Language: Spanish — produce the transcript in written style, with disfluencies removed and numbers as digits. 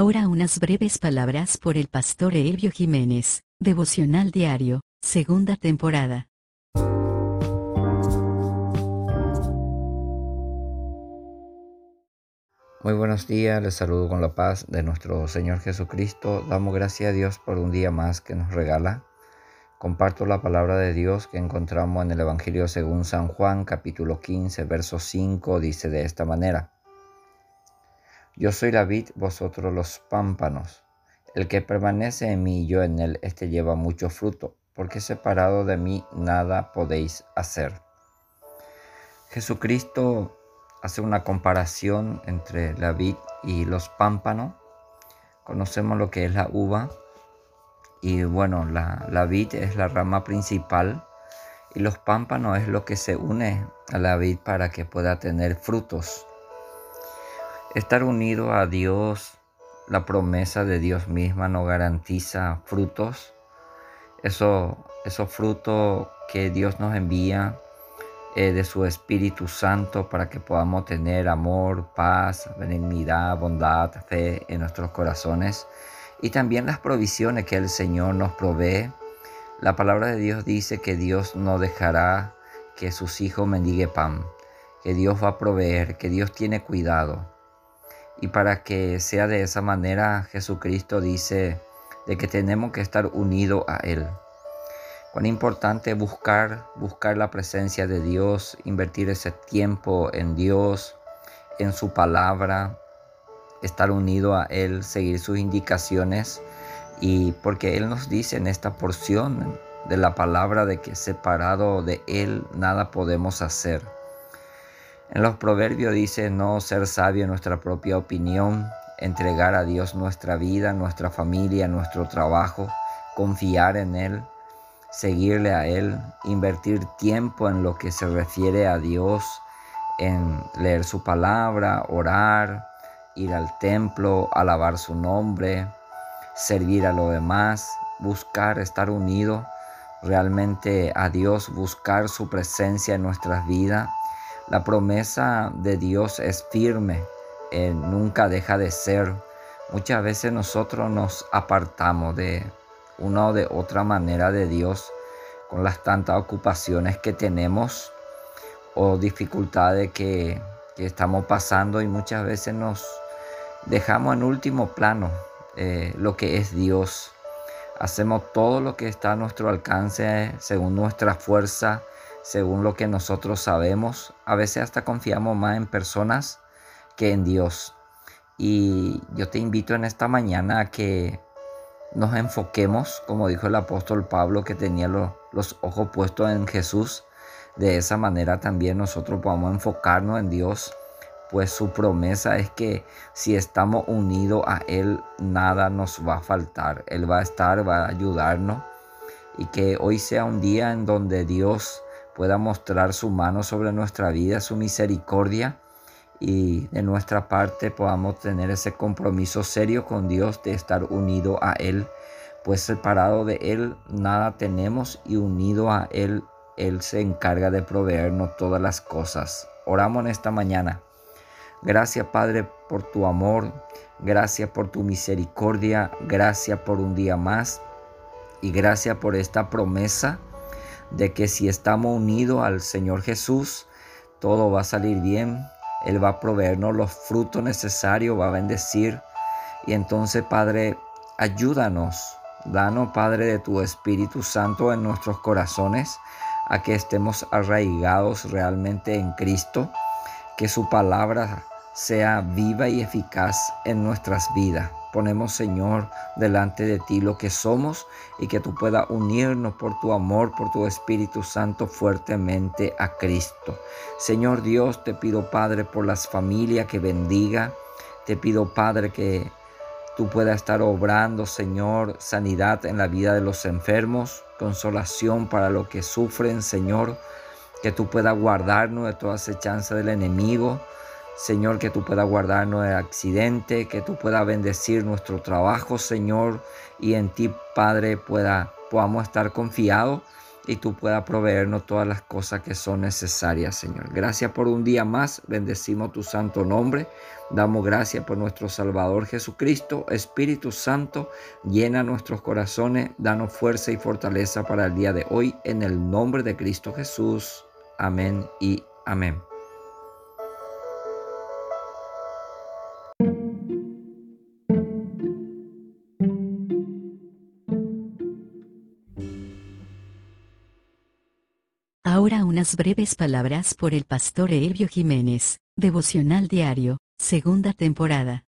Ahora unas breves palabras por el pastor Elvio Jiménez, Devocional Diario, segunda temporada. Muy buenos días, les saludo con la paz de nuestro Señor Jesucristo. Damos gracias a Dios por un día más que nos regala. Comparto la palabra de Dios que encontramos en el Evangelio según San Juan, capítulo 15, verso 5, dice de esta manera: Yo soy la vid, vosotros los pámpanos. El que permanece en mí y yo en él, éste lleva mucho fruto, porque separado de mí nada podéis hacer. Jesucristo hace una comparación entre la vid y los pámpanos. Conocemos lo que es la uva y bueno, la vid es la rama principal y los pámpanos es lo que se une a la vid para que pueda tener frutos. Estar unido a Dios, la promesa de Dios misma nos garantiza frutos. Esos frutos que Dios nos envía de su Espíritu Santo para que podamos tener amor, paz, benignidad, bondad, fe en nuestros corazones, y también las provisiones que el Señor nos provee. La palabra de Dios dice que Dios no dejará que sus hijos mendiguen pan, que Dios va a proveer, que Dios tiene cuidado. Y para que sea de esa manera, Jesucristo dice de que tenemos que estar unidos a Él. Cuán importante es buscar la presencia de Dios, invertir ese tiempo en Dios, en su palabra, estar unido a Él, seguir sus indicaciones, y porque Él nos dice en esta porción de la palabra de que separado de Él nada podemos hacer. En los proverbios dice no ser sabio en nuestra propia opinión, entregar a Dios nuestra vida, nuestra familia, nuestro trabajo, confiar en Él, seguirle a Él, invertir tiempo en lo que se refiere a Dios, en leer su palabra, orar, ir al templo, alabar su nombre, servir a los demás, buscar estar unido realmente a Dios, buscar su presencia en nuestras vidas. La promesa de Dios es firme, nunca deja de ser. Muchas veces nosotros nos apartamos de una o de otra manera de Dios con las tantas ocupaciones que tenemos o dificultades que estamos pasando, y muchas veces nos dejamos en último plano lo que es Dios. Hacemos todo lo que está a nuestro alcance según nuestra fuerza, según lo que nosotros sabemos. A veces hasta confiamos más en personas que en Dios. Y yo te invito en esta mañana a que nos enfoquemos, como dijo el apóstol Pablo, que tenía los ojos puestos en Jesús. De esa manera también nosotros podamos enfocarnos en Dios, pues su promesa es que si estamos unidos a Él, nada nos va a faltar. Él va a estar, va a ayudarnos, y que hoy sea un día en donde Dios pueda mostrar su mano sobre nuestra vida, su misericordia, y de nuestra parte podamos tener ese compromiso serio con Dios de estar unido a Él, pues separado de Él nada tenemos, y unido a Él, Él se encarga de proveernos todas las cosas. Oramos en esta mañana. Gracias, Padre, por tu amor, gracias por tu misericordia, gracias por un día más, y gracias por esta promesa de que si estamos unidos al Señor Jesús, todo va a salir bien. Él va a proveernos los frutos necesarios, va a bendecir. Y entonces, Padre, ayúdanos. Danos, Padre, de tu Espíritu Santo en nuestros corazones, a que estemos arraigados realmente en Cristo, que su palabra sea viva y eficaz en nuestras vidas. Ponemos, Señor, delante de ti lo que somos, y que tú puedas unirnos por tu amor, por tu Espíritu Santo, fuertemente a Cristo. Señor Dios, te pido, Padre, por las familias que bendiga. Te pido, Padre, que tú puedas estar obrando, Señor, sanidad en la vida de los enfermos, consolación para los que sufren, Señor, que tú puedas guardarnos de toda acechanza del enemigo. Señor, que tú puedas guardarnos de accidente, que tú puedas bendecir nuestro trabajo, Señor, y en ti, Padre, podamos estar confiados, y tú puedas proveernos todas las cosas que son necesarias, Señor. Gracias por un día más, bendecimos tu santo nombre, damos gracias por nuestro Salvador Jesucristo. Espíritu Santo, llena nuestros corazones, danos fuerza y fortaleza para el día de hoy, en el nombre de Cristo Jesús. Amén y amén. Ahora unas breves palabras por el pastor Elvio Jiménez, devocional diario, segunda temporada.